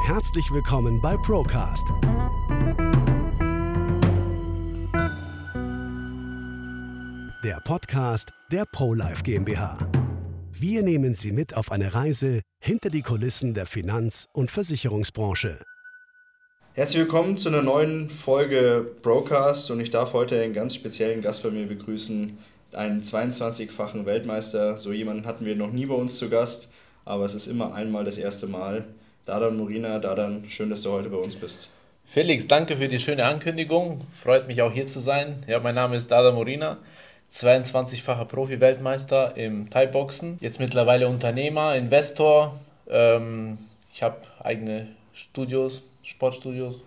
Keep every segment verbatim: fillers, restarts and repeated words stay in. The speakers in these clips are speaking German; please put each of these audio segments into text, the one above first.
Herzlich willkommen bei Procast. Der Podcast der ProLife GmbH. Wir nehmen Sie mit auf eine Reise hinter die Kulissen der Finanz- und Versicherungsbranche. Herzlich willkommen zu einer neuen Folge Procast und ich darf heute einen ganz speziellen Gast bei mir begrüßen, einen zweiundzwanzigfachen Weltmeister. So jemanden hatten wir noch nie bei uns zu Gast, aber es ist immer einmal das erste Mal. Dadan Morina, Dadan, schön, dass du heute bei uns bist. Felix, danke für die schöne Ankündigung. Freut mich auch hier zu sein. Ja, mein Name ist Dadan Morina, zweiundzwanzigfacher Profi-Weltmeister im Thai-Boxen. Jetzt mittlerweile Unternehmer, Investor. Ähm, ich habe eigene Studios, Sportstudios.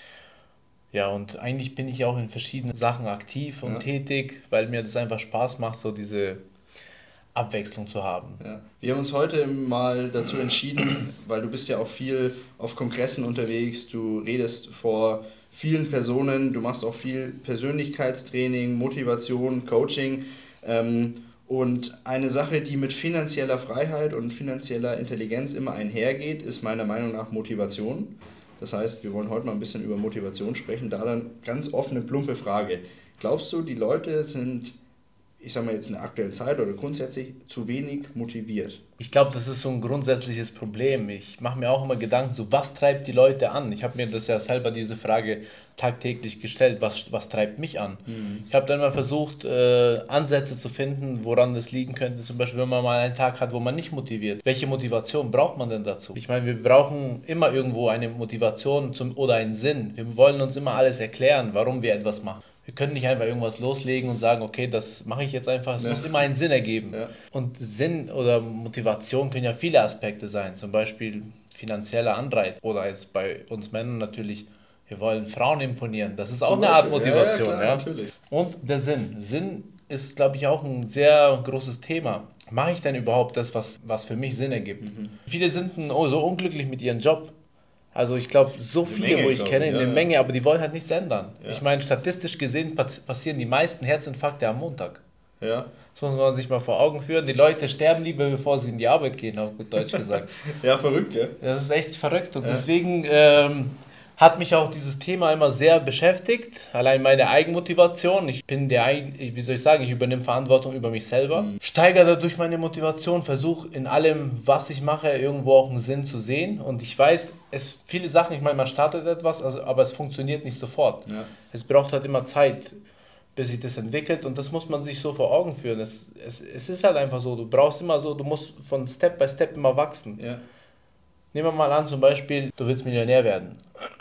Ja, und eigentlich bin ich auch in verschiedenen Sachen aktiv und ja. tätig, weil mir das einfach Spaß macht, so diese Abwechslung zu haben. Ja. Wir haben uns heute mal dazu entschieden, weil du bist ja auch viel auf Kongressen unterwegs, du redest vor vielen Personen, du machst auch viel Persönlichkeitstraining, Motivation, Coaching ähm, und eine Sache, die mit finanzieller Freiheit und finanzieller Intelligenz immer einhergeht, ist meiner Meinung nach Motivation. Das heißt, wir wollen heute mal ein bisschen über Motivation sprechen, da dann ganz offene, plumpe Frage. Glaubst du, die Leute sind, ich sage mal jetzt in der aktuellen Zeit oder grundsätzlich, zu wenig motiviert? Ich glaube, das ist so ein grundsätzliches Problem. Ich mache mir auch immer Gedanken, so was treibt die Leute an? Ich habe mir das ja selber diese Frage tagtäglich gestellt, was, was treibt mich an? Mhm. Ich habe dann mal versucht, äh, Ansätze zu finden, woran das liegen könnte. Zum Beispiel, wenn man mal einen Tag hat, wo man nicht motiviert. Welche Motivation braucht man denn dazu? Ich meine, wir brauchen immer irgendwo eine Motivation zum, oder einen Sinn. Wir wollen uns immer alles erklären, warum wir etwas machen. Wir können nicht einfach irgendwas loslegen und sagen, okay, das mache ich jetzt einfach. Es ja. muss immer einen Sinn ergeben. Ja. Und Sinn oder Motivation können ja viele Aspekte sein. Zum Beispiel finanzieller Anreiz. Oder jetzt bei uns Männern natürlich, wir wollen Frauen imponieren. Das ist auch Zum eine Beispiel. Art Motivation. Ja, ja, klar, ja. Und der Sinn. Sinn ist, glaube ich, auch ein sehr großes Thema. Mache ich denn überhaupt das, was, was für mich Sinn ergibt? Mhm. Viele sind oh, so unglücklich mit ihrem Job. Also ich glaube, so viele, Menge, wo ich kenne, ja, eine ja. Menge, aber die wollen halt nichts ändern. Ja. Ich meine, statistisch gesehen passieren die meisten Herzinfarkte am Montag. Ja. Das muss man sich mal vor Augen führen. Die Leute sterben lieber, bevor sie in die Arbeit gehen, auf gut Deutsch gesagt. Ja, verrückt, gell? Das ist echt verrückt und ja. deswegen ähm, hat mich auch dieses Thema immer sehr beschäftigt. Allein meine Eigenmotivation. Ich bin der, wie soll ich sagen, ich übernehme Verantwortung über mich selber. Mhm. Steigere dadurch meine Motivation, versuche in allem, was ich mache, irgendwo auch einen Sinn zu sehen. Und ich weiß, es viele Sachen, ich meine, man startet etwas, also, aber es funktioniert nicht sofort. Ja. Es braucht halt immer Zeit, bis sich das entwickelt und das muss man sich so vor Augen führen. Es, es, es ist halt einfach so, du brauchst immer so, du musst von Step by Step immer wachsen. Ja. Nehmen wir mal an, zum Beispiel, du willst Millionär werden.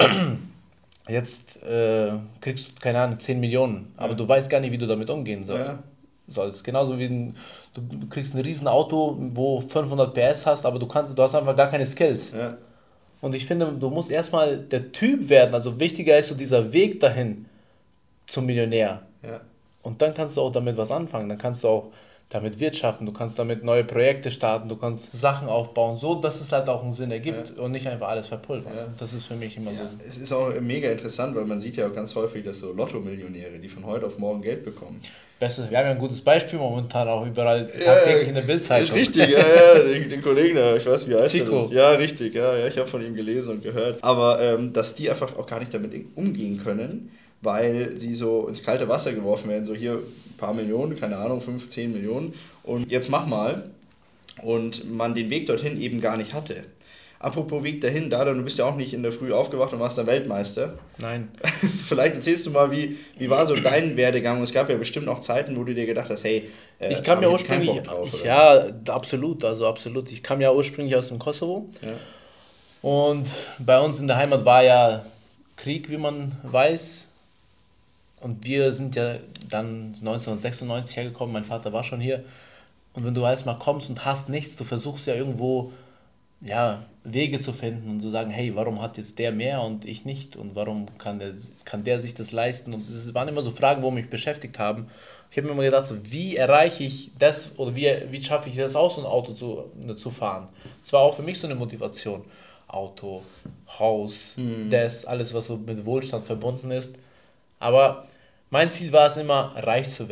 Jetzt äh, kriegst du, keine Ahnung, zehn Millionen, aber ja. du weißt gar nicht, wie du damit umgehen soll, ja. sollst. Genauso wie ein, du kriegst ein Riesenauto, wo fünfhundert P S hast, aber du, kannst, du hast einfach gar keine Skills. Ja. Und ich finde, du musst erstmal der Typ werden, also wichtiger ist so dieser Weg dahin zum Millionär. Ja. Und dann kannst du auch damit was anfangen, dann kannst du auch damit wirtschaften, du kannst damit neue Projekte starten, du kannst Sachen aufbauen, so dass es halt auch einen Sinn ergibt ja. und nicht einfach alles verpulvern. Ja. Das ist für mich immer ja. so. Es ist auch mega interessant, weil man sieht ja auch ganz häufig, dass so Lotto-Millionäre, die von heute auf morgen Geld bekommen. Bestes, wir haben ja ein gutes Beispiel momentan auch überall tagtäglich ja, in der Bildzeitung. Richtig, ja, ja, den, den Kollegen da, ich weiß wie heißt Chico. Der. Ja, richtig, ja, ja, ich habe von ihm gelesen und gehört. Aber ähm, dass die einfach auch gar nicht damit umgehen können, weil sie so ins kalte Wasser geworfen werden, so hier ein paar Millionen, keine Ahnung, fünf, zehn Millionen und jetzt mach mal und man den Weg dorthin eben gar nicht hatte. Apropos Weg dahin, Dadan, du bist ja auch nicht in der Früh aufgewacht und warst der Weltmeister. Nein. Vielleicht erzählst du mal, wie, wie war so dein Werdegang? Und es gab ja bestimmt auch Zeiten, wo du dir gedacht hast, hey, äh, ich kam ja ursprünglich, keinen Bock drauf, oder? Ja, absolut, also absolut. Ich kam ja ursprünglich aus dem Kosovo ja. und bei uns in der Heimat war ja Krieg, wie man weiß. Und wir sind ja dann neunzehnhundertsechsundneunzig hergekommen, mein Vater war schon hier. Und wenn du halt mal kommst und hast nichts, du versuchst ja irgendwo ja, Wege zu finden und zu sagen, hey, warum hat jetzt der mehr und ich nicht? Und warum kann der, kann der sich das leisten? Und es waren immer so Fragen, wo mich beschäftigt haben. Ich habe mir immer gedacht, so, wie erreiche ich das oder wie, wie schaffe ich das auch, so ein Auto zu, zu fahren? Das war auch für mich so eine Motivation. Auto, Haus, mhm. das, alles, was so mit Wohlstand verbunden ist. Aber mein Ziel war es immer, reich zu werden.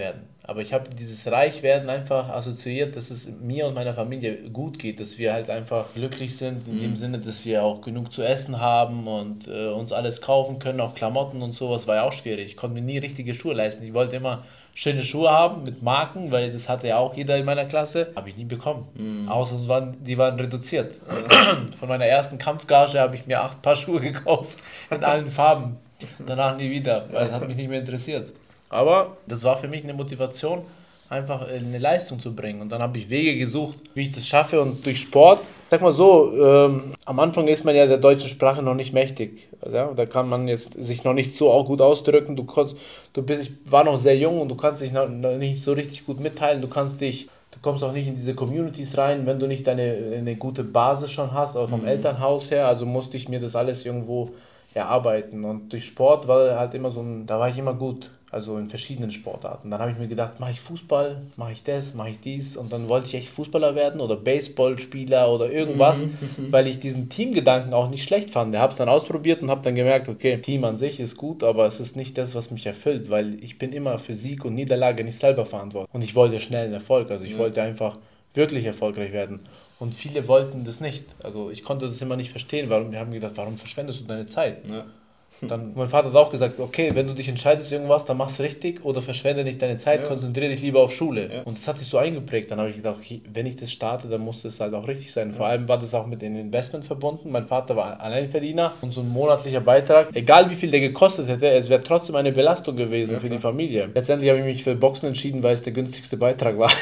Aber ich habe dieses Reichwerden einfach assoziiert, dass es mir und meiner Familie gut geht, dass wir halt einfach glücklich sind, in mhm. dem Sinne, dass wir auch genug zu essen haben und äh, uns alles kaufen können, auch Klamotten und sowas war ja auch schwierig. Ich konnte mir nie richtige Schuhe leisten. Ich wollte immer schöne Schuhe haben mit Marken, weil das hatte ja auch jeder in meiner Klasse. Habe ich nie bekommen. Mhm. Außer es waren, die waren reduziert. Von meiner ersten Kampfgage habe ich mir acht Paar Schuhe gekauft in allen Farben. Danach nie wieder, weil es hat mich nicht mehr interessiert. Aber das war für mich eine Motivation, einfach eine Leistung zu bringen. Und dann habe ich Wege gesucht, wie ich das schaffe. Und durch Sport, sag mal so, ähm, am Anfang ist man ja der deutschen Sprache noch nicht mächtig. Also, ja, da kann man jetzt sich noch nicht so auch gut ausdrücken. Du kannst, du bist, ich war noch sehr jung und du kannst dich noch nicht so richtig gut mitteilen. Du kannst dich, du kommst auch nicht in diese Communities rein, wenn du nicht deine eine gute Basis schon hast, auch vom mhm. Elternhaus her. Also musste ich mir das alles irgendwo erarbeiten. Und durch Sport war halt immer so ein, da war ich immer gut. Also in verschiedenen Sportarten. Dann habe ich mir gedacht, mache ich Fußball, mache ich das, mache ich dies. Und dann wollte ich echt Fußballer werden oder Baseballspieler oder irgendwas, weil ich diesen Teamgedanken auch nicht schlecht fand. Ich habe es dann ausprobiert und habe dann gemerkt, okay, Team an sich ist gut, aber es ist nicht das, was mich erfüllt, weil ich bin immer für Sieg und Niederlage nicht selber verantwortlich. Und ich wollte schnellen Erfolg, also ich ja. wollte einfach wirklich erfolgreich werden. Und viele wollten das nicht. Also ich konnte das immer nicht verstehen, warum. Die haben gedacht, warum verschwendest du deine Zeit? Ja. Dann, mein Vater hat auch gesagt, okay, wenn du dich entscheidest irgendwas, dann mach's richtig oder verschwende nicht deine Zeit, ja. konzentriere dich lieber auf Schule. Ja. Und das hat sich so eingeprägt. Dann habe ich gedacht, okay, wenn ich das starte, dann muss das halt auch richtig sein. Ja. Vor allem war das auch mit dem Investment verbunden. Mein Vater war Alleinverdiener und so ein monatlicher Beitrag, egal wie viel der gekostet hätte, es wäre trotzdem eine Belastung gewesen ja, für die Familie. Letztendlich habe ich mich für Boxen entschieden, weil es der günstigste Beitrag war.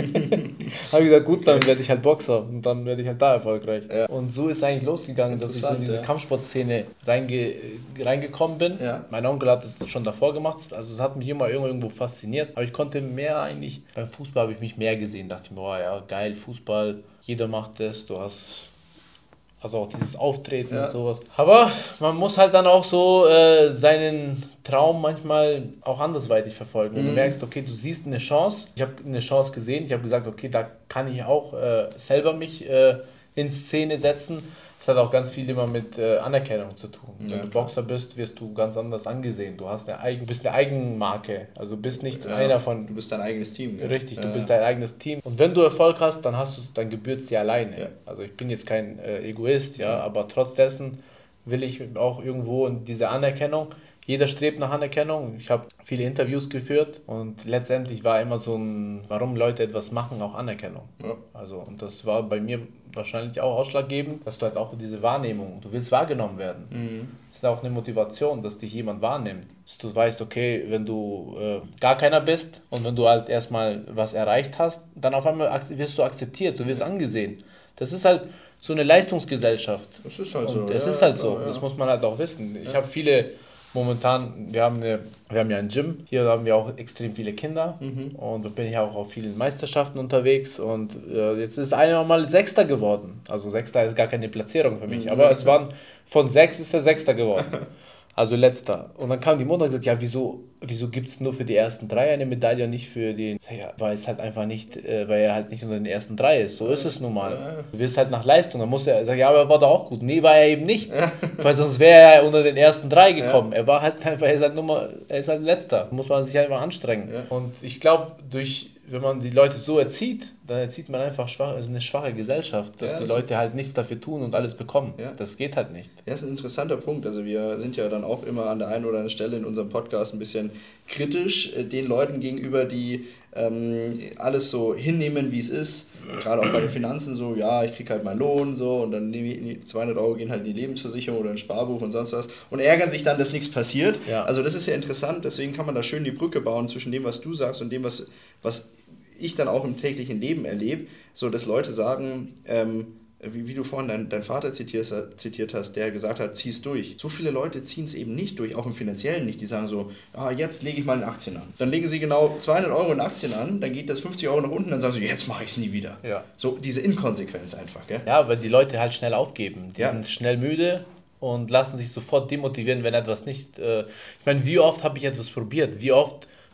Habe ich gesagt, gut, dann werde ich halt Boxer und dann werde ich halt da erfolgreich. Ja. Und so ist es eigentlich losgegangen, dass ich so in diese ja. Kampfsportszene reinge reingekommen bin. Ja. Mein Onkel hat das schon davor gemacht, also es hat mich immer irgendwo fasziniert, aber ich konnte mehr eigentlich, beim Fußball habe ich mich mehr gesehen, dachte ich mir, boah, ja, geil, Fußball, jeder macht das, du hast also auch dieses Auftreten ja. und sowas. Aber man muss halt dann auch so äh, seinen Traum manchmal auch andersweitig verfolgen. Mhm. Und du merkst, okay, du siehst eine Chance, ich habe eine Chance gesehen, ich habe gesagt, okay, da kann ich auch äh, selber mich äh, in Szene setzen. Das hat auch ganz viel immer mit äh, Anerkennung zu tun. Ja, Wenn du Boxer bist, wirst du ganz anders angesehen. Du hast eine eigen, bist eine Eigenmarke. Also bist nicht ja, einer von... Du bist dein eigenes Team. Ja. Richtig, ja. du bist dein eigenes Team. Und wenn du Erfolg hast, dann hast du dann gebührt es dir alleine. Ja. Also ich bin jetzt kein äh, Egoist, ja, ja, aber trotz dessen will ich auch irgendwo diese Anerkennung. Jeder strebt nach Anerkennung. Ich habe viele Interviews geführt und letztendlich war immer so ein, warum Leute etwas machen, auch Anerkennung. Ja. Also, und das war bei mir wahrscheinlich auch ausschlaggebend, dass du halt auch diese Wahrnehmung, du willst wahrgenommen werden. Mhm. Das ist auch eine Motivation, dass dich jemand wahrnimmt. Dass du weißt, okay, wenn du äh, gar keiner bist und wenn du halt erstmal was erreicht hast, dann auf einmal wirst du akzeptiert, du wirst angesehen. Das ist halt so eine Leistungsgesellschaft. Das ist halt und so. Es ja, ist halt so, ja. das muss man halt auch wissen. Ich ja. habe viele... Momentan, wir haben, eine, wir haben ja ein Gym, hier haben wir auch extrem viele Kinder mhm. und da bin ich auch auf vielen Meisterschaften unterwegs und äh, jetzt ist einer mal Sechster geworden. Also Sechster ist gar keine Platzierung für mich, mhm. aber es waren, von sechs ist er Sechster geworden. Also letzter. Und dann kam die Mutter und gesagt, ja, wieso, wieso gibt es nur für die ersten drei eine Medaille und nicht für den... Ja, weil es halt einfach nicht, äh, weil er halt nicht unter den ersten drei ist. So ist es nun mal. Du wirst halt nach Leistung. Dann muss er sagen, ja, aber er war doch auch gut. Nee, war er eben nicht. Weil sonst wäre er unter den ersten drei gekommen. Ja. Er war halt einfach, er ist halt Nummer, er ist halt letzter. Da muss man sich einfach anstrengen. Ja. Und ich glaube, durch... Wenn man die Leute so erzieht, dann erzieht man einfach schwach, also eine schwache Gesellschaft, dass ja, die Leute halt nichts dafür tun und alles bekommen. Ja. Das geht halt nicht. Ja, das ist ein interessanter Punkt. Also wir sind ja dann auch immer an der einen oder anderen Stelle in unserem Podcast ein bisschen kritisch äh, den Leuten gegenüber, die ähm, alles so hinnehmen, wie es ist. Gerade auch bei den Finanzen so, ja, ich kriege halt meinen Lohn so und dann zweihundert Euro gehen halt in die Lebensversicherung oder ein Sparbuch und sonst was und ärgern sich dann, dass nichts passiert. Ja. Also das ist ja interessant, deswegen kann man da schön die Brücke bauen zwischen dem, was du sagst und dem, was, was ich dann auch im täglichen Leben erlebe, so dass Leute sagen, ähm, wie, wie du vorhin deinen dein Vater zitiert, zitiert hast, der gesagt hat, zieh's durch. So viele Leute ziehen es eben nicht durch, auch im Finanziellen nicht. Die sagen so, ah, jetzt lege ich mal in Aktien an. Dann legen sie genau zweihundert Euro in Aktien an, dann geht das fünfzig Euro nach unten, dann sagen sie, jetzt mache ich es nie wieder. Ja. So diese Inkonsequenz einfach. Gell? Ja, weil die Leute halt schnell aufgeben. Die ja. sind schnell müde und lassen sich sofort demotivieren, wenn etwas nicht... Äh, ich meine, wie oft habe ich etwas probiert? Wie oft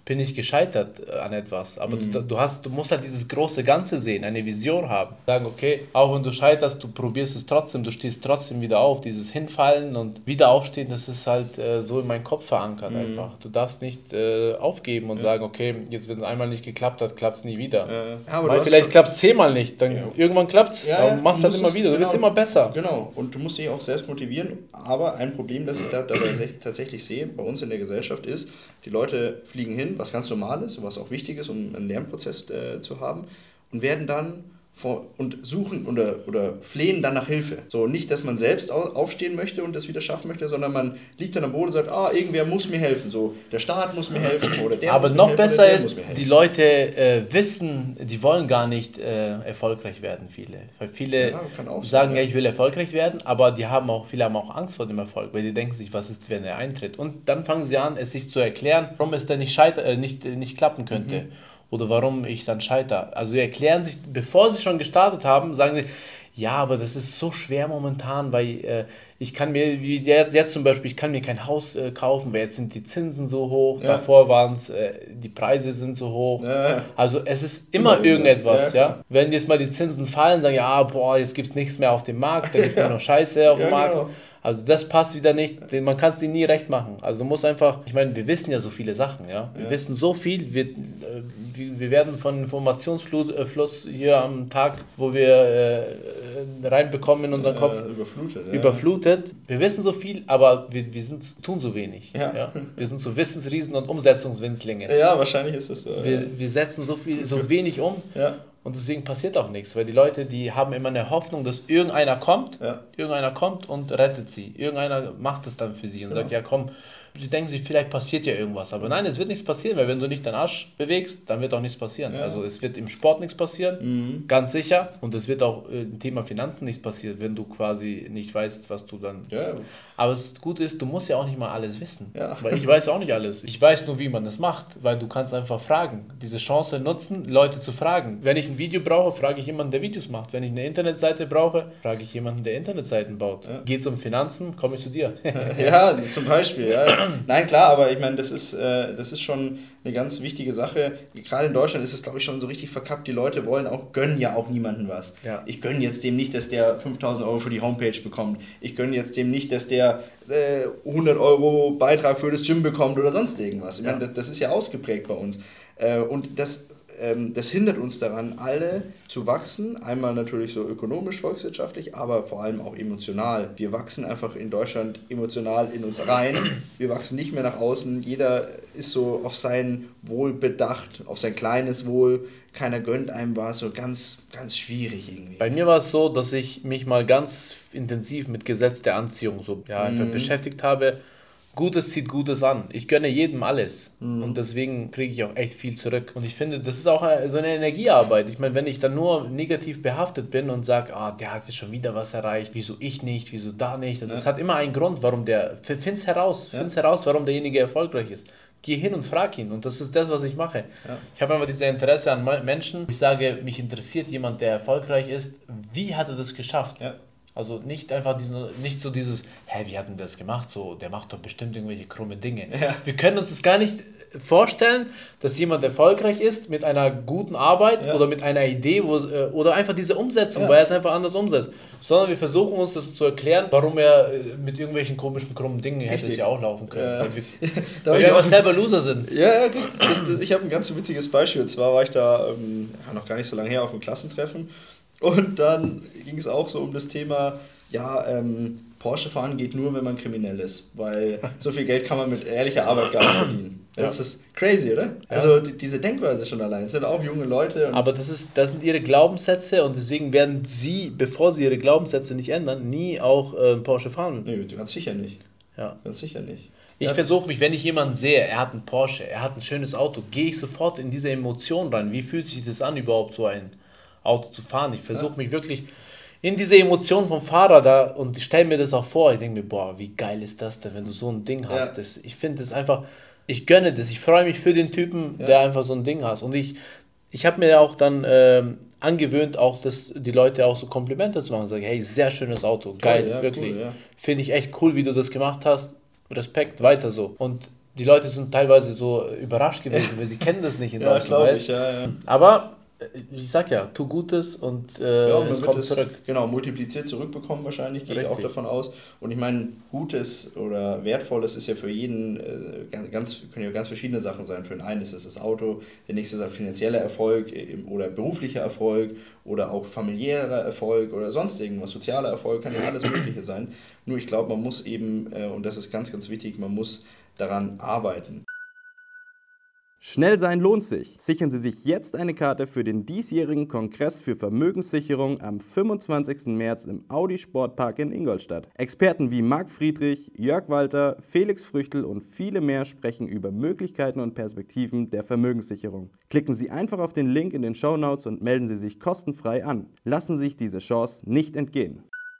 bin ich gescheitert an etwas. Aber mhm. du, du, hast, du musst halt dieses große Ganze sehen, eine Vision haben. Sagen, okay, auch wenn du scheiterst, du probierst es trotzdem, du stehst trotzdem wieder auf. Dieses Hinfallen und wieder aufstehen, das ist halt äh, so in meinen Kopf verankert mhm. einfach. Du darfst nicht äh, aufgeben und ja. sagen, okay, jetzt wenn es einmal nicht geklappt hat, klappt es nie wieder. Äh, ja, aber vielleicht klappt es zehnmal nicht, dann ja. irgendwann klappt es, ja, dann machst du halt immer wieder, du genau, wirst immer besser. Genau, und du musst dich auch selbst motivieren, aber ein Problem, das ich da dabei tatsächlich sehe, bei uns in der Gesellschaft ist, die Leute fliegen hin, was ganz normal ist, was auch wichtig ist, um einen Lernprozess äh, zu haben, und werden dann vor, und suchen oder, oder flehen dann nach Hilfe. So, nicht, dass man selbst aufstehen möchte und das wieder schaffen möchte, sondern man liegt dann am Boden und sagt, ah, irgendwer muss mir helfen. So, der Staat muss mir helfen oder der Aber muss mir noch helfen. besser oder der ist, muss mir helfen. die Leute äh, wissen, die wollen gar nicht äh, erfolgreich werden, viele. Weil viele ja, sagen, sein, ja, ich will erfolgreich werden, aber die haben auch, viele haben auch Angst vor dem Erfolg, weil die denken sich, was ist, wenn er eintritt. Und dann fangen sie an, es sich zu erklären, warum es denn nicht, scheiter, äh, nicht, äh, nicht klappen könnte. Mhm. Oder warum ich dann scheitere. Also sie erklären sich, bevor sie schon gestartet haben, sagen sie, ja, aber das ist so schwer momentan, weil äh, ich kann mir, wie jetzt, jetzt zum Beispiel, ich kann mir kein Haus äh, kaufen, weil jetzt sind die Zinsen so hoch, ja. davor waren es, äh, die Preise sind so hoch. Ja. Also es ist immer, immer irgendetwas, ja, ja. Wenn jetzt mal die Zinsen fallen, sagen ja, boah, jetzt gibt es nichts mehr auf dem Markt, da gibt es ja. nur noch Scheiße auf dem ja, Markt. Genau. Also das passt wieder nicht, man kann es dir nie recht machen. Also du musst einfach, ich meine, wir wissen ja so viele Sachen, ja. Wir ja. wissen so viel, wir, wir werden von Informationsfluss hier am Tag, wo wir äh, reinbekommen in unseren Kopf, äh, überflutet. Ja. überflutet. Wir wissen so viel, aber wir, wir sind, tun so wenig. Ja. Ja. Wir sind so Wissensriesen und Umsetzungswinzlinge. Ja, wahrscheinlich ist es so. Wir, ja. wir setzen so, viel, so wenig um. Ja. Und deswegen passiert auch nichts, weil die Leute, die haben immer eine Hoffnung, dass irgendeiner kommt, ja. irgendeiner kommt und rettet sie. Irgendeiner macht es dann für sie und genau. sagt, ja komm, sie denken sich, vielleicht passiert ja irgendwas. Aber nein, es wird nichts passieren, weil wenn du nicht deinen Arsch bewegst, dann wird auch nichts passieren. Ja. Also es wird im Sport nichts passieren, mhm. ganz sicher. Und es wird auch im Thema Finanzen nichts passieren, wenn du quasi nicht weißt, was du dann... Ja. Aber das Gute ist, du musst ja auch nicht mal alles wissen. Ja. Weil ich weiß auch nicht alles. Ich weiß nur, wie man das macht, weil du kannst einfach fragen. Diese Chance nutzen, Leute zu fragen. Wenn ich ein Video brauche, frage ich jemanden, der Videos macht. Wenn ich eine Internetseite brauche, frage ich jemanden, der Internetseiten baut. Ja. Geht es um Finanzen, komme ich zu dir. Ja, zum Beispiel. Ja. Nein, klar, aber ich meine, das ist, äh, das ist schon eine ganz wichtige Sache. Gerade in Deutschland ist es, glaube ich, schon so richtig verkappt. Die Leute wollen auch, gönnen ja auch niemandem was. Ja. Ich gönne jetzt dem nicht, dass der fünftausend Euro für die Homepage bekommt. Ich gönne jetzt dem nicht, dass der äh, hundert Euro Beitrag für das Gym bekommt oder sonst irgendwas. Ich ja. meine, das, das ist ja ausgeprägt bei uns. Äh, und das... Das hindert uns daran, alle zu wachsen. Einmal natürlich so ökonomisch, volkswirtschaftlich, aber vor allem auch emotional. Wir wachsen einfach in Deutschland emotional in uns rein. Wir wachsen nicht mehr nach außen. Jeder ist so auf sein Wohl bedacht, auf sein kleines Wohl. Keiner gönnt einem was. So ganz, ganz schwierig irgendwie. Bei mir war es so, dass ich mich mal ganz intensiv mit Gesetz der Anziehung so ja, einfach mhm. beschäftigt habe. Gutes zieht Gutes an. Ich gönne jedem alles. Mhm. Und deswegen kriege ich auch echt viel zurück. Und ich finde, das ist auch so eine Energiearbeit. Ich meine, wenn ich dann nur negativ behaftet bin und sage, ah, der hat jetzt schon wieder was erreicht, wieso ich nicht, wieso da nicht. Also ja. Es hat immer einen Grund, warum der, find's heraus, ja. find's heraus, warum derjenige erfolgreich ist. Geh hin und frag ihn. Und das ist das, was ich mache. Ja. Ich habe einfach dieses Interesse an Menschen. Ich sage, mich interessiert jemand, der erfolgreich ist. Wie hat er das geschafft? Ja. Also nicht einfach diesen, nicht so dieses, hä, wie hat denn das gemacht? So, der macht doch bestimmt irgendwelche krumme Dinge. Ja. Wir können uns das gar nicht vorstellen, dass jemand erfolgreich ist mit einer guten Arbeit ja. oder mit einer Idee wo, oder einfach diese Umsetzung, ja. weil er es einfach anders umsetzt. Sondern wir versuchen uns das zu erklären, warum er mit irgendwelchen komischen, krummen Dingen Richtig. hätte es ja auch laufen können. Ja. Weil wir, weil wir aber selber Loser sind. Ja, ja das, das, ich habe ein ganz witziges Beispiel. Und zwar war ich da ähm, noch gar nicht so lange her auf einem Klassentreffen. Und dann ging es auch so um das Thema, ja, ähm, Porsche fahren geht nur, wenn man kriminell ist, weil so viel Geld kann man mit ehrlicher Arbeit gar nicht verdienen. Das ja. ist crazy, oder? Ja. Also die, diese Denkweise schon allein, das sind auch junge Leute. Und aber das, ist, das sind ihre Glaubenssätze und deswegen werden sie, bevor sie ihre Glaubenssätze nicht ändern, nie auch äh, Porsche fahren. Nee, ganz sicher nicht. Ja. Ganz sicher nicht. Ich ja. versuche mich, wenn ich jemanden sehe, er hat einen Porsche, er hat ein schönes Auto, gehe ich sofort in diese Emotion rein. Wie fühlt sich das an, überhaupt so ein Auto zu fahren? Ich versuche ja. mich wirklich in diese Emotion vom Fahrer da und ich stelle mir das auch vor. Ich denke mir, boah, wie geil ist das denn, wenn du so ein Ding hast. Ja. Das, ich finde das einfach, ich gönne das. Ich freue mich für den Typen, ja. der einfach so ein Ding hat. Und ich, ich habe mir auch dann ähm, angewöhnt, auch das, die Leute auch so Komplimente zu machen. Sagen, hey, sehr schönes Auto, geil, ja, wirklich. Cool, ja. Finde ich echt cool, wie du das gemacht hast. Respekt, weiter so. Und die Leute sind teilweise so überrascht gewesen, weil sie kennen das nicht in ja, Deutschland. Ich, ja, ja. Aber ich sag ja, tu Gutes und, äh, ja, und es kommt es, zurück. Genau, multipliziert zurückbekommen wahrscheinlich, gehe ich auch davon aus. Und ich meine, Gutes oder Wertvolles ist ja für jeden, äh, ganz, können ja ganz verschiedene Sachen sein. Für den einen ist es das Auto, der nächste ist finanzieller Erfolg oder beruflicher Erfolg oder auch familiärer Erfolg oder sonst irgendwas, sozialer Erfolg, kann ja alles Mögliche sein. Nur ich glaube, man muss eben, äh, und das ist ganz, ganz wichtig, man muss daran arbeiten. Schnell sein lohnt sich. Sichern Sie sich jetzt eine Karte für den diesjährigen Kongress für Vermögenssicherung am fünfundzwanzigsten März im Audi Sportpark in Ingolstadt. Experten wie Marc Friedrich, Jörg Walter, Felix Früchtel und viele mehr sprechen über Möglichkeiten und Perspektiven der Vermögenssicherung. Klicken Sie einfach auf den Link in den Shownotes und melden Sie sich kostenfrei an. Lassen Sie sich diese Chance nicht entgehen.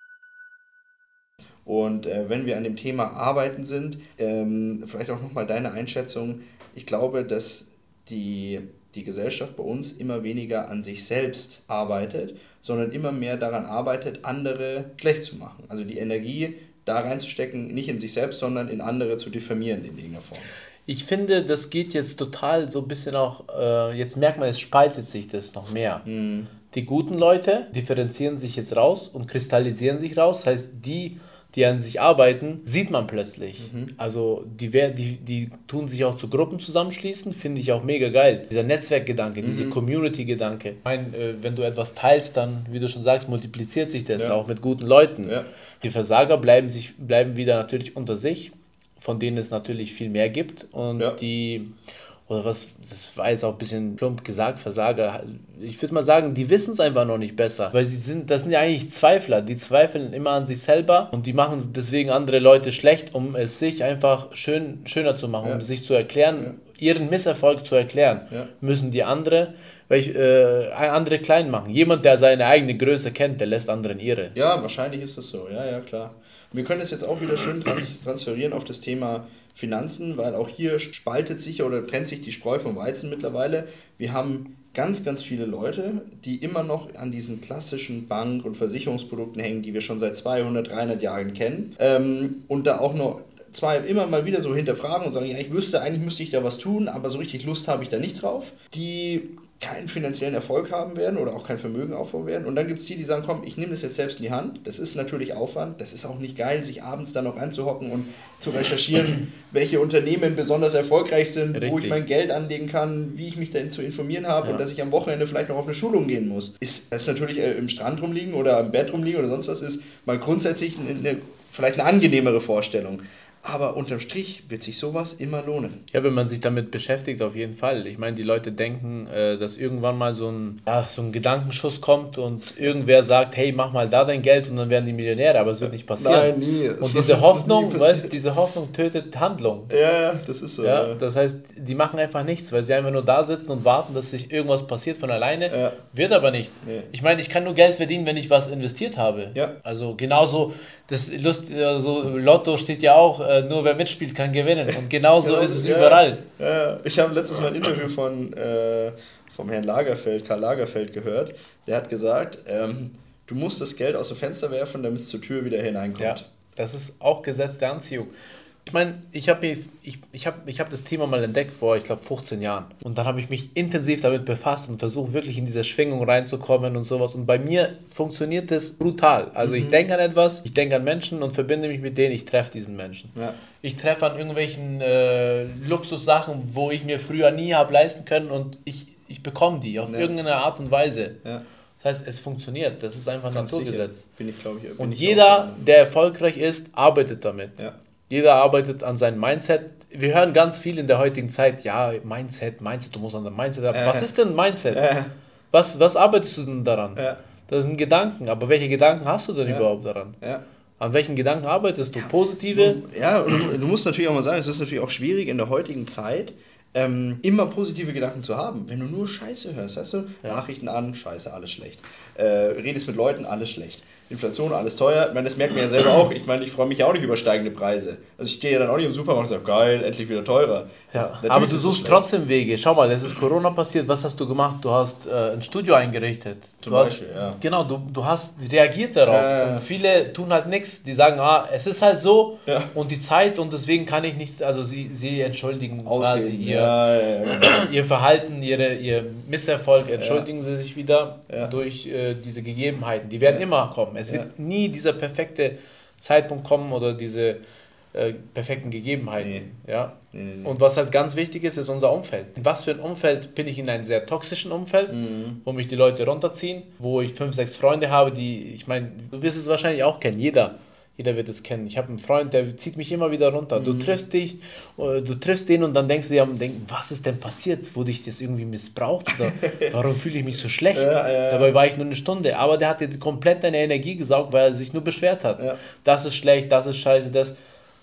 Und äh, wenn wir an dem Thema Arbeiten sind, ähm, vielleicht auch nochmal deine Einschätzung. Ich glaube, dass die, die Gesellschaft bei uns immer weniger an sich selbst arbeitet, sondern immer mehr daran arbeitet, andere schlecht zu machen. Also die Energie da reinzustecken, nicht in sich selbst, sondern in andere zu diffamieren in irgendeiner Form. Ich finde, das geht jetzt total so ein bisschen auch, äh, jetzt merkt man, es spaltet sich das noch mehr. Mhm. Die guten Leute differenzieren sich jetzt raus und kristallisieren sich raus, das heißt, die die an sich arbeiten, sieht man plötzlich. Mhm. Also die, die, die tun sich auch zu Gruppen zusammenschließen, finde ich auch mega geil. Dieser Netzwerkgedanke, mhm. dieser Community-Gedanke. Ich meine, äh, wenn du etwas teilst, dann, wie du schon sagst, multipliziert sich das ja. auch mit guten Leuten. Ja. Die Versager bleiben, sich, bleiben wieder natürlich unter sich, von denen es natürlich viel mehr gibt. Und ja. die... Oder was, das war jetzt auch ein bisschen plump gesagt, Versager. Ich würde mal sagen, die wissen es einfach noch nicht besser. Weil sie sind, das sind ja eigentlich Zweifler, die zweifeln immer an sich selber und die machen deswegen andere Leute schlecht, um es sich einfach schön, schöner zu machen, ja. um sich zu erklären, ja. ihren Misserfolg zu erklären. Ja. Müssen die andere, welch, äh, andere klein machen. Jemand, der seine eigene Größe kennt, der lässt anderen ihre. Ja, wahrscheinlich ist das so, ja, ja, klar. Wir können es jetzt auch wieder schön trans- transferieren auf das Thema Finanzen, weil auch hier spaltet sich oder trennt sich die Spreu vom Weizen mittlerweile. Wir haben ganz, ganz viele Leute, die immer noch an diesen klassischen Bank- und Versicherungsprodukten hängen, die wir schon seit zweihundert, dreihundert Jahren kennen ähm, und da auch noch zwar immer mal wieder so hinterfragen und sagen, ja, ich wüsste, eigentlich müsste ich da was tun, aber so richtig Lust habe ich da nicht drauf, die keinen finanziellen Erfolg haben werden oder auch kein Vermögen aufbauen werden. Und dann gibt es die, die sagen, komm, ich nehme das jetzt selbst in die Hand. Das ist natürlich Aufwand. Das ist auch nicht geil, sich abends dann noch reinzuhocken und zu recherchieren, welche Unternehmen besonders erfolgreich sind, Richtig. wo ich mein Geld anlegen kann, wie ich mich denn zu informieren habe ja. und dass ich am Wochenende vielleicht noch auf eine Schulung gehen muss. Ist das natürlich äh, im Strand rumliegen oder im Bett rumliegen oder sonst was, ist mal grundsätzlich eine, vielleicht eine angenehmere Vorstellung. Aber unterm Strich wird sich sowas immer lohnen. Ja, wenn man sich damit beschäftigt, auf jeden Fall. Ich meine, die Leute denken, äh, dass irgendwann mal so ein, ja, so ein Gedankenschuss kommt und irgendwer sagt, hey, mach mal da dein Geld und dann werden die Millionäre, aber es wird nicht passieren. Nein, nie. Und diese Hoffnung, weißt, diese Hoffnung tötet Handlung. Ja, ja, das ist so. Ja, ja. Das heißt, die machen einfach nichts, weil sie einfach nur da sitzen und warten, dass sich irgendwas passiert von alleine. Ja. Wird aber nicht. Nee. Ich meine, ich kann nur Geld verdienen, wenn ich was investiert habe. Ja. Also genauso, das Lust, also Lotto steht ja auch, äh, nur wer mitspielt, kann gewinnen. Und genauso genau, ist es ja, überall. Ja. Ich habe letztes Mal ein Interview von äh, vom Herrn Lagerfeld, Karl Lagerfeld gehört. Der hat gesagt, ähm, du musst das Geld aus dem Fenster werfen, damit es zur Tür wieder hineinkommt. Ja, das ist auch Gesetz der Anziehung. Ich meine, ich habe ich, ich hab, ich hab das Thema mal entdeckt vor, ich glaube, fünfzehn Jahren. Und dann habe ich mich intensiv damit befasst und versucht, wirklich in diese Schwingung reinzukommen und sowas. Und bei mir funktioniert das brutal. Also mhm. ich denke an etwas, ich denke an Menschen und verbinde mich mit denen, ich treffe diesen Menschen. Ja. Ich treffe an irgendwelchen äh, Luxussachen, wo ich mir früher nie habe leisten können und ich, ich bekomme die auf ja. irgendeine Art und Weise. Ja. Das heißt, es funktioniert. Das ist einfach ein Naturgesetz. Bin ich, glaube ich, bin und ich jeder, der erfolgreich ist, arbeitet damit. Ja. Jeder arbeitet an seinem Mindset. Wir hören ganz viel in der heutigen Zeit, ja, Mindset, Mindset, du musst an deinem Mindset arbeiten. Äh. Was ist denn Mindset? Äh. Was, was arbeitest du denn daran? Äh. Das sind Gedanken, aber welche Gedanken hast du denn ja. überhaupt daran? Ja. An welchen Gedanken arbeitest du? Ja. Positive? Ja, und du, du musst natürlich auch mal sagen, es ist natürlich auch schwierig in der heutigen Zeit, ähm, immer positive Gedanken zu haben. Wenn du nur Scheiße hörst, weißt du, ja. Nachrichten an, Scheiße, alles schlecht. Äh, redest mit Leuten, alles schlecht. Inflation, alles teuer. Ich meine, das merkt man ja selber auch. Ich meine, ich freue mich ja auch nicht über steigende Preise. Also ich gehe ja dann auch nicht im Supermarkt und sage, geil, endlich wieder teurer. Ja, aber du suchst trotzdem Wege. Schau mal, es ist Corona passiert. Was hast du gemacht? Du hast äh, ein Studio eingerichtet. Zum du Beispiel, hast, ja. Genau, du, du hast reagiert darauf. Äh, und viele tun halt nichts. Die sagen, ah, es ist halt so ja. und die Zeit und deswegen kann ich nichts. Also sie, sie entschuldigen Ausreden. quasi ihr, Ja, ja, ja, genau. ihr Verhalten, ihre, ihr Misserfolg, entschuldigen ja. sie sich wieder ja. durch äh, diese Gegebenheiten. Die werden ja. immer kommen. Es wird ja. nie dieser perfekte Zeitpunkt kommen oder diese äh, perfekten Gegebenheiten. Nee. Ja? Nee, nee, nee. Und was halt ganz wichtig ist, ist unser Umfeld. In was für ein Umfeld bin ich in einem sehr toxischen Umfeld, mhm. wo mich die Leute runterziehen, wo ich fünf, sechs Freunde habe, die, ich meine, du wirst es wahrscheinlich auch kennen, jeder. Jeder wird es kennen. Ich habe einen Freund, der zieht mich immer wieder runter. Du mhm. triffst dich, du triffst den und dann denkst du dir, was ist denn passiert? Wurde ich das irgendwie missbraucht? Oder warum fühle ich mich so schlecht? Ja, ja, ja. Dabei war ich nur eine Stunde. Aber der hat dir komplett deine Energie gesaugt, weil er sich nur beschwert hat. Ja. Das ist schlecht, das ist scheiße, das...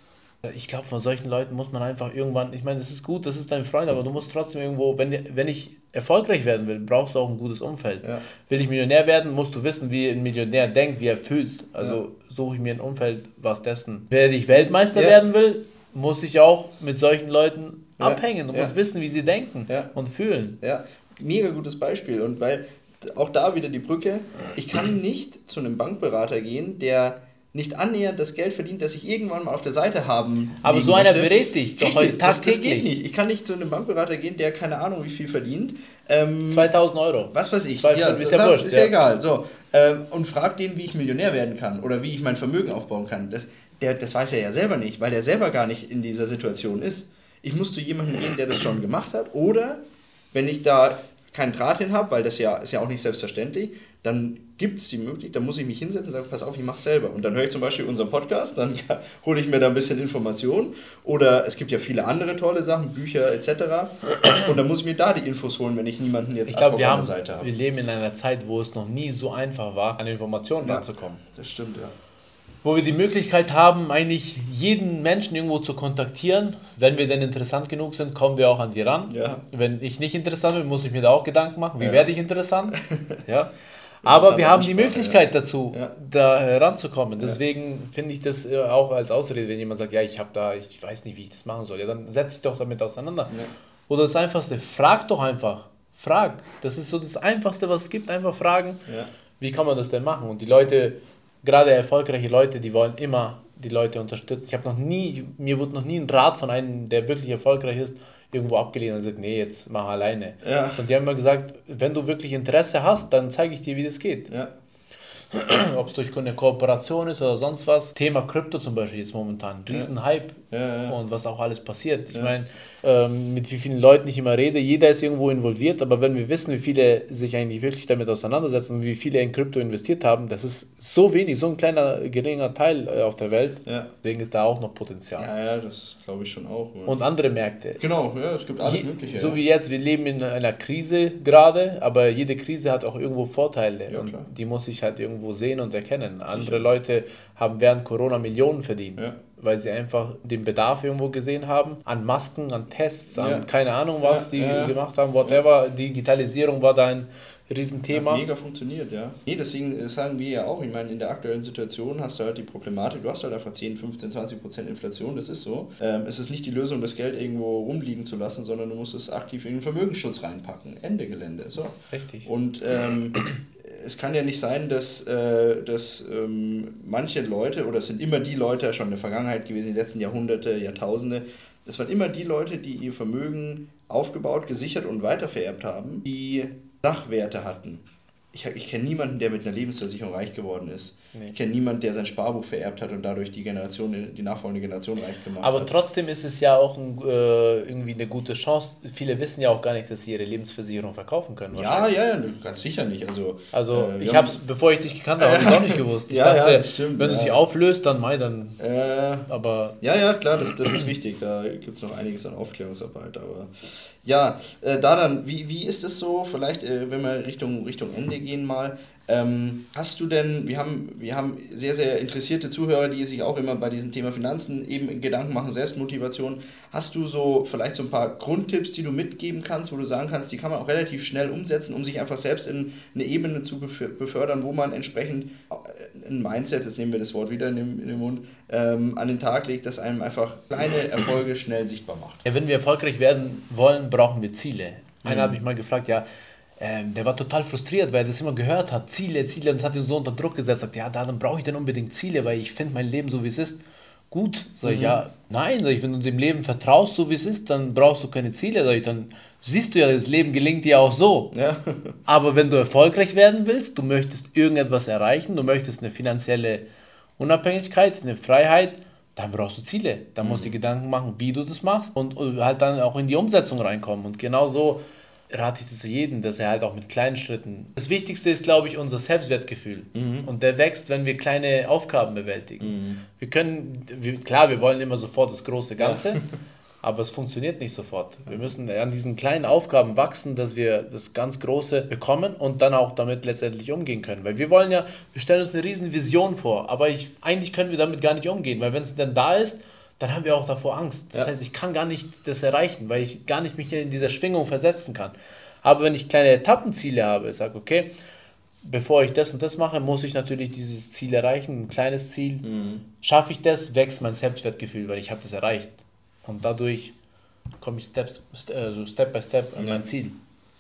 Ich glaube, von solchen Leuten muss man einfach irgendwann, ich meine, das ist gut, das ist dein Freund, aber du musst trotzdem irgendwo, wenn, wenn ich erfolgreich werden will, brauchst du auch ein gutes Umfeld. Ja. Will ich Millionär werden, musst du wissen, wie ein Millionär denkt, wie er fühlt. Also ja. suche ich mir ein Umfeld, was dessen. Wenn ich Weltmeister ja. werden will, muss ich auch mit solchen Leuten ja. abhängen. Du ja. musst wissen, wie sie denken ja. und fühlen. Ja, mega gutes Beispiel. Und weil auch da wieder die Brücke, ich kann nicht zu einem Bankberater gehen, der nicht annähernd das Geld verdient, das ich irgendwann mal auf der Seite haben Aber so einer berät dich doch heute tagtäglich. Das, das geht nicht. Ich kann nicht zu einem Bankberater gehen, der keine Ahnung wie viel verdient. Ähm, zweitausend Euro. Was weiß ich. zwei Komma fünf ja, ist ja wurscht. Ist ja, ja egal. So, ähm, und fragt den, wie ich Millionär werden kann oder wie ich mein Vermögen aufbauen kann. Das, der, das weiß er ja selber nicht, weil er selber gar nicht in dieser Situation ist. Ich muss zu jemandem gehen, der das schon gemacht hat. Oder, wenn ich da keinen Draht hin habe, weil das ja ist ja auch nicht selbstverständlich, dann gibt es die Möglichkeit, dann muss ich mich hinsetzen und sagen, pass auf, ich mache selber. Und dann höre ich zum Beispiel unseren Podcast, dann ja, hole ich mir da ein bisschen Informationen. Oder es gibt ja viele andere tolle Sachen, Bücher et cetera. Und dann muss ich mir da die Infos holen, wenn ich niemanden jetzt ich glaub, wir an der Seite habe. Wir leben in einer Zeit, wo es noch nie so einfach war, an Informationen ja, ranzukommen. Das stimmt, ja. Wo wir die Möglichkeit haben, eigentlich jeden Menschen irgendwo zu kontaktieren. Wenn wir denn interessant genug sind, kommen wir auch an die ran. Ja. Wenn ich nicht interessant bin, muss ich mir da auch Gedanken machen, wie ja. werde ich interessant. Ja. Aber wir haben die Möglichkeit ja. dazu, ja. da heranzukommen. Deswegen ja. finde ich das auch als Ausrede, wenn jemand sagt, ja, ich habe da, ich weiß nicht, wie ich das machen soll. Ja, dann setz dich doch damit auseinander. Ja. Oder das Einfachste, frag doch einfach. Frag. Das ist so das Einfachste, was es gibt. Einfach fragen, ja. wie kann man das denn machen? Und die Leute, gerade erfolgreiche Leute, die wollen immer die Leute unterstützen. Ich habe noch nie, mir wurde noch nie ein Rat von einem, der wirklich erfolgreich ist, irgendwo abgelehnt und gesagt, nee, jetzt mach alleine. Ja. Und die haben immer gesagt, wenn du wirklich Interesse hast, dann zeige ich dir, wie das geht. Ja. Ob es durch eine Kooperation ist oder sonst was. Thema Krypto zum Beispiel jetzt momentan. Riesenhype ja. Ja, ja. und was auch alles passiert. Ich ja. meine, ähm, mit wie vielen Leuten ich immer rede, jeder ist irgendwo involviert, aber wenn wir wissen, wie viele sich eigentlich wirklich damit auseinandersetzen und wie viele in Krypto investiert haben, das ist so wenig, so ein kleiner, geringer Teil äh, auf der Welt. Ja. Deswegen ist da auch noch Potenzial. Ja, ja, das glaube ich schon auch. Und andere Märkte. Genau, ja, es gibt alles Je, Mögliche. So ja. wie jetzt, wir leben in einer Krise gerade, aber jede Krise hat auch irgendwo Vorteile. Ja, und die muss ich halt irgendwo sehen und erkennen. Andere Leute haben während Corona Millionen verdient, ja. weil sie einfach den Bedarf irgendwo gesehen haben, an Masken, an Tests, an ja. keine Ahnung was, ja, die ja. gemacht haben, whatever. Digitalisierung war da ein Riesenthema. Hat mega funktioniert, ja. Nee, deswegen sagen wir ja auch, ich meine, in der aktuellen Situation hast du halt die Problematik, du hast halt einfach zehn, fünfzehn, zwanzig Prozent Inflation, das ist so. Ähm, es ist nicht die Lösung, das Geld irgendwo rumliegen zu lassen, sondern du musst es aktiv in den Vermögensschutz reinpacken. Ende Gelände. So. Richtig. Und ähm, es kann ja nicht sein, dass, äh, dass ähm, manche Leute, oder es sind immer die Leute, schon in der Vergangenheit gewesen, in den letzten Jahrhunderte, Jahrtausende, es waren immer die Leute, die ihr Vermögen aufgebaut, gesichert und weitervererbt haben, die Sachwerte hatten. Ich, ich kenne niemanden, der mit einer Lebensversicherung reich geworden ist. Nee. Ich kenne niemanden, der sein Sparbuch vererbt hat und dadurch die Generation, die nachfolgende Generation reich gemacht Aber hat. Aber trotzdem ist es ja auch ein, äh, irgendwie eine gute Chance. Viele wissen ja auch gar nicht, dass sie ihre Lebensversicherung verkaufen können. Ja, ja, ja, ganz sicher nicht. Also, also äh, ich habe es, bevor ich dich gekannt habe, habe ich es auch nicht gewusst. Ich ja, dachte, ja, das stimmt, wenn ja. du sie auflöst, dann mei, dann... Äh, aber ja, ja, klar, das, das ist wichtig. Da gibt es noch einiges an Aufklärungsarbeit. Aber ja, äh, da dann, wie, wie ist es so, vielleicht, äh, wenn wir Richtung, Richtung Ende gehen mal, Ähm, hast du denn, wir haben, wir haben sehr, sehr interessierte Zuhörer, die sich auch immer bei diesem Thema Finanzen eben Gedanken machen, Selbstmotivation. Hast du so vielleicht so ein paar Grundtipps, die du mitgeben kannst, wo du sagen kannst, die kann man auch relativ schnell umsetzen, um sich einfach selbst in eine Ebene zu befördern, wo man entsprechend ein Mindset, jetzt nehmen wir das Wort wieder in den, in den Mund, ähm, an den Tag legt, das einem einfach kleine Erfolge schnell sichtbar macht? Ja, wenn wir erfolgreich werden wollen, brauchen wir Ziele. Einer Mhm. hat mich mal gefragt, ja, Ähm, der war total frustriert, weil er das immer gehört hat. Ziele, Ziele, und das hat ihn so unter Druck gesetzt. Sagt, ja, da, dann brauche ich dann unbedingt Ziele, weil ich finde mein Leben so, wie es ist, gut. Sag ich, Mhm. ja, nein, sag ich, wenn du dem Leben vertraust, so wie es ist, dann brauchst du keine Ziele. Sag ich, dann siehst du ja, das Leben gelingt dir auch so. Ja. Aber wenn du erfolgreich werden willst, du möchtest irgendetwas erreichen, du möchtest eine finanzielle Unabhängigkeit, eine Freiheit, dann brauchst du Ziele. Dann musst du dir Gedanken machen, wie du das machst und, und halt dann auch in die Umsetzung reinkommen. Und genau so rate ich das jedem, dass er halt auch mit kleinen Schritten. Das Wichtigste ist, glaube ich, unser Selbstwertgefühl. Mhm. Und der wächst, wenn wir kleine Aufgaben bewältigen. Mhm. Wir können, wir, klar, wir wollen immer sofort das große Ganze, ja. aber es funktioniert nicht sofort. Wir müssen an diesen kleinen Aufgaben wachsen, dass wir das ganz Große bekommen und dann auch damit letztendlich umgehen können. Weil wir wollen ja, wir stellen uns eine riesen Vision vor, aber ich, eigentlich können wir damit gar nicht umgehen, weil wenn es dann da ist, dann haben wir auch davor Angst. Das ja. heißt, ich kann gar nicht das erreichen, weil ich gar nicht mich in dieser Schwingung versetzen kann. Aber wenn ich kleine Etappenziele habe, ich sage, okay, bevor ich das und das mache, muss ich natürlich dieses Ziel erreichen, ein kleines Ziel. Mhm. Schaffe ich das, wächst mein Selbstwertgefühl, weil ich habe das erreicht. Und dadurch komme ich Steps, also Step by Step an ja. mein Ziel.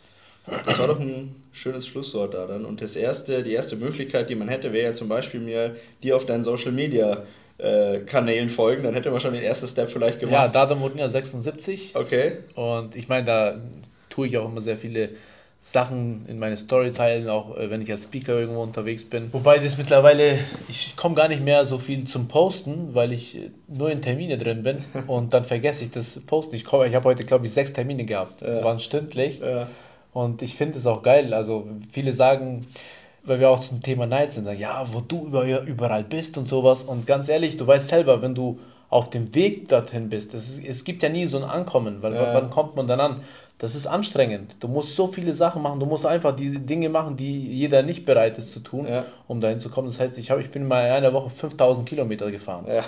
Das war doch ein schönes Schlusswort da dann. Und das erste, die erste Möglichkeit, die man hätte, wäre ja zum Beispiel mir dir auf deinen Social Media Kanälen folgen, dann hätte man schon den ersten Step vielleicht gemacht. Ja, Dadamonia sechsundsiebzig. Okay. Und ich meine, da tue ich auch immer sehr viele Sachen in meine Story teilen, auch wenn ich als Speaker irgendwo unterwegs bin. Wobei das mittlerweile, ich komme gar nicht mehr so viel zum Posten, weil ich nur in Termine drin bin und dann vergesse ich das Posten. Ich, ich habe heute, glaube ich, sechs Termine gehabt. Ja. Das waren stündlich. Ja. Und ich finde es auch geil. Also viele sagen, weil wir auch zum Thema Neid sind, sagen, ja, wo du überall bist und sowas. Und ganz ehrlich, du weißt selber, wenn du auf dem Weg dorthin bist, das ist, es gibt ja nie so ein Ankommen, weil ja. wann kommt man dann an? Das ist anstrengend. Du musst so viele Sachen machen, du musst einfach die Dinge machen, die jeder nicht bereit ist zu tun, ja. um dahin zu kommen. Das heißt, ich, hab, ich bin mal in einer Woche fünftausend Kilometer gefahren. Ja.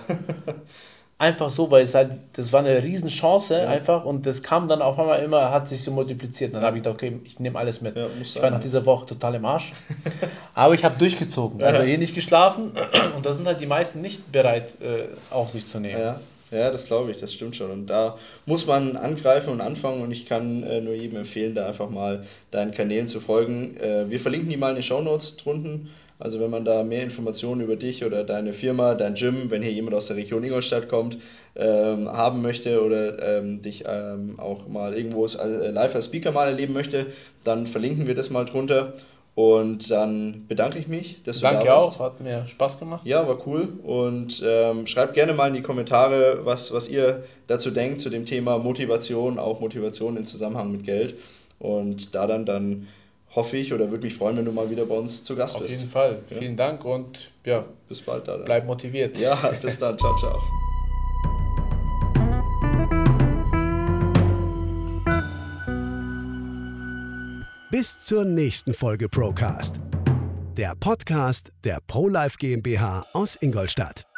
Einfach so, weil es halt, das war eine Riesenchance ja. einfach und das kam dann auf einmal immer, hat sich so multipliziert. Dann ja. habe ich gedacht, okay, ich nehme alles mit. Ja, ich war nach dieser Woche total im Arsch, aber ich habe durchgezogen, ja. also eh nicht geschlafen und da sind halt die meisten nicht bereit, äh, auf sich zu nehmen. Ja. Ja, das glaube ich, das stimmt schon. Und da muss man angreifen und anfangen und ich kann äh, nur jedem empfehlen, da einfach mal deinen Kanälen zu folgen. Äh, wir verlinken die mal in den Shownotes drunten. Also wenn man da mehr Informationen über dich oder deine Firma, dein Gym, wenn hier jemand aus der Region Ingolstadt kommt, ähm, haben möchte oder ähm, dich ähm, auch mal irgendwo äh, live als Speaker mal erleben möchte, dann verlinken wir das mal drunter. Und dann bedanke ich mich, dass Danke du da warst. Danke auch, hat mir Spaß gemacht. Ja, war cool. Und ähm, schreibt gerne mal in die Kommentare, was, was ihr dazu denkt, zu dem Thema Motivation, auch Motivation im Zusammenhang mit Geld. Und da dann, dann hoffe ich oder würde mich freuen, wenn du mal wieder bei uns zu Gast Auf bist. Auf jeden Fall. Ja? Vielen Dank und ja, bis bald. Da dann. Bleib motiviert. Ja, bis dann. Ciao, ciao. Bis zur nächsten Folge Procast, der Podcast der ProLife GmbH aus Ingolstadt.